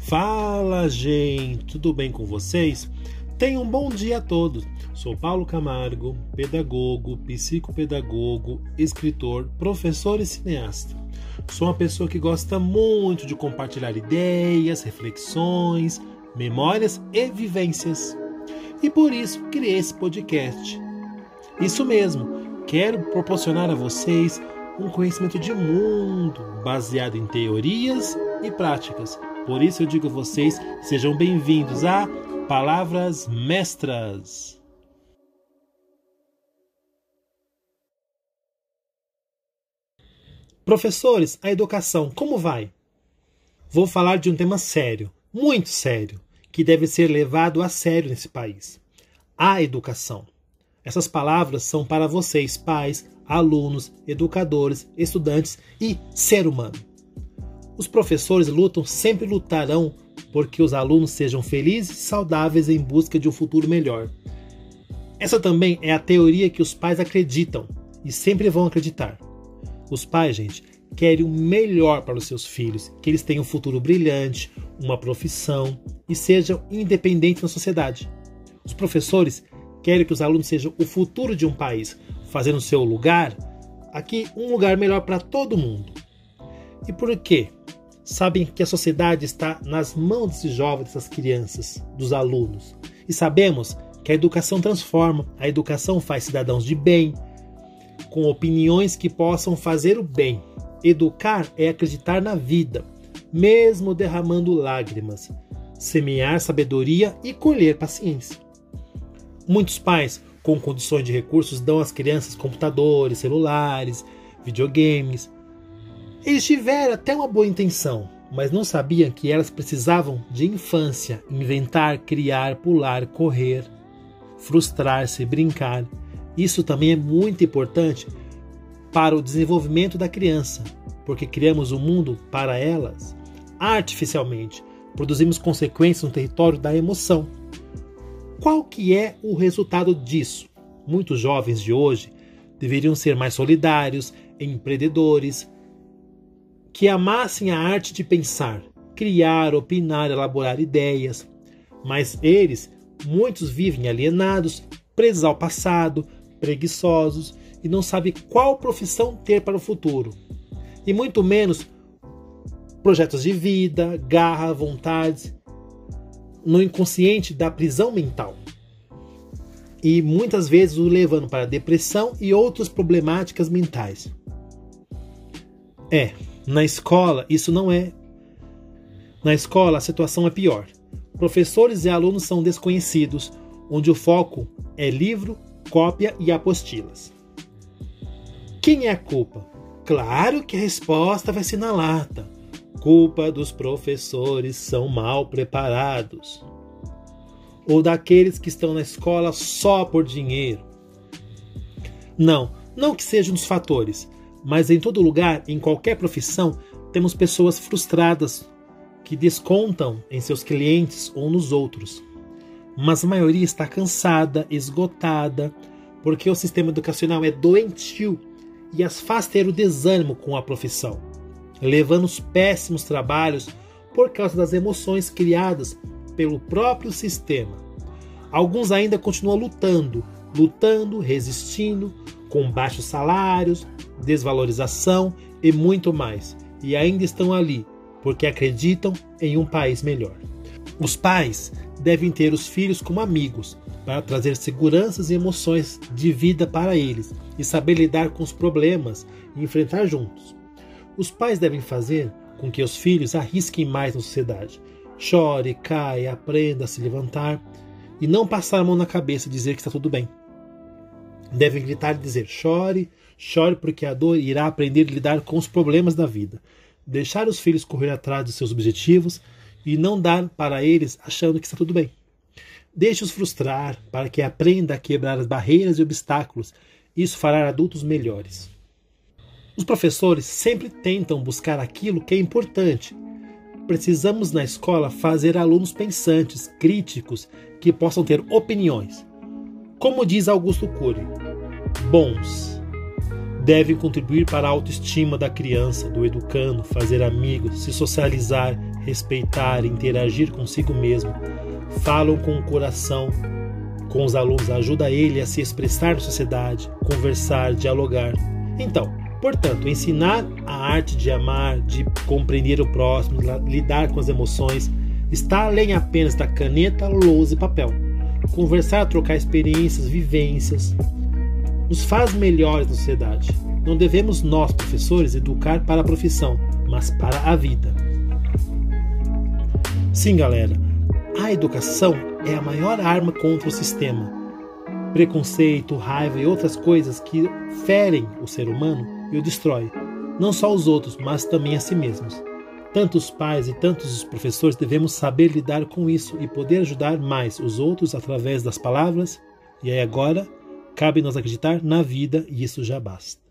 Fala, gente! Tudo bem com vocês? Tenham um bom dia a todos. Sou Paulo Camargo, pedagogo, psicopedagogo, escritor, professor e cineasta. Sou uma pessoa que gosta muito de compartilhar ideias, reflexões, memórias e vivências. E por isso criei esse podcast. Isso mesmo, quero proporcionar a vocês um conhecimento de mundo baseado em teorias e práticas. Por isso eu digo a vocês, sejam bem-vindos a Palavras Mestras. Professores, a educação, como vai? Vou falar de um tema sério, muito sério, que deve ser levado a sério nesse país. A educação. Essas palavras são para vocês, pais, alunos, educadores, estudantes e ser humano. Os professores sempre lutarão porque os alunos sejam felizes e saudáveis em busca de um futuro melhor. Essa também é a teoria que os pais acreditam e sempre vão acreditar. Os pais, gente, querem o melhor para os seus filhos, que eles tenham um futuro brilhante, uma profissão e sejam independentes na sociedade. Os professores querem que os alunos sejam o futuro de um país, fazendo o seu lugar aqui um lugar melhor para todo mundo. E por quê? Sabem que a sociedade está nas mãos desses jovens, dessas crianças, dos alunos. E sabemos que a educação transforma, a educação faz cidadãos de bem, com opiniões que possam fazer o bem. Educar é acreditar na vida, mesmo derramando lágrimas, semear sabedoria e colher paciência. Muitos pais, com condições de recursos, dão às crianças computadores, celulares, videogames. Eles tiveram até uma boa intenção, mas não sabiam que elas precisavam de infância, inventar, criar, pular, correr, frustrar-se, brincar. Isso também é muito importante para o desenvolvimento da criança, porque criamos um mundo para elas artificialmente, produzimos consequências no território da emoção. Qual que é o resultado disso? Muitos jovens de hoje deveriam ser mais solidários, empreendedores, que amassem a arte de pensar, criar, opinar, elaborar ideias. Mas muitos vivem alienados, presos ao passado, preguiçosos e não sabem qual profissão ter para o futuro. E muito menos projetos de vida, garra, vontades, no inconsciente da prisão mental. E muitas vezes o levando para depressão e outras problemáticas mentais. Na escola, isso não é. Na escola, a situação é pior. Professores e alunos são desconhecidos, onde o foco é livro, cópia e apostilas. Quem é a culpa? Claro que a resposta vai ser na lata. Culpa dos professores, são mal preparados. Ou daqueles que estão na escola só por dinheiro. Não que seja um dos fatores. Mas em todo lugar, em qualquer profissão, temos pessoas frustradas que descontam em seus clientes ou nos outros. Mas a maioria está cansada, esgotada, porque o sistema educacional é doentio e as faz ter o desânimo com a profissão, levando os péssimos trabalhos por causa das emoções criadas pelo próprio sistema. Alguns ainda continuam lutando, resistindo, com baixos salários, desvalorização e muito mais. E ainda estão ali, porque acreditam em um país melhor. Os pais devem ter os filhos como amigos, para trazer seguranças e emoções de vida para eles, e saber lidar com os problemas e enfrentar juntos. Os pais devem fazer com que os filhos arrisquem mais na sociedade. Chore, caia, aprenda a se levantar, e não passar a mão na cabeça e dizer que está tudo bem. Devem gritar e dizer: chore, porque a dor irá aprender a lidar com os problemas da vida. Deixar os filhos correr atrás dos seus objetivos e não dar para eles achando que está tudo bem. Deixe-os frustrar para que aprenda a quebrar as barreiras e obstáculos. Isso fará adultos melhores. Os professores sempre tentam buscar aquilo que é importante. Precisamos na escola fazer alunos pensantes, críticos, que possam ter opiniões. Como diz Augusto Cury, bons. Devem contribuir para a autoestima da criança, do educando, fazer amigos, se socializar, respeitar e interagir consigo mesmo, falam com o coração, com os alunos, ajuda ele a se expressar na sociedade, conversar, dialogar. Então, portanto, ensinar a arte de amar, de compreender o próximo, lidar com as emoções, está além apenas da caneta, lousa e papel. Conversar, trocar experiências, vivências, nos faz melhores na sociedade. Não devemos nós, professores, educar para a profissão, mas para a vida. Sim, galera, a educação é a maior arma contra o sistema. Preconceito, raiva e outras coisas que ferem o ser humano e o destrói. Não só os outros, mas também a si mesmos. Tanto os pais e tantos os professores devemos saber lidar com isso e poder ajudar mais os outros através das palavras. E aí agora, cabe nós acreditar na vida e isso já basta.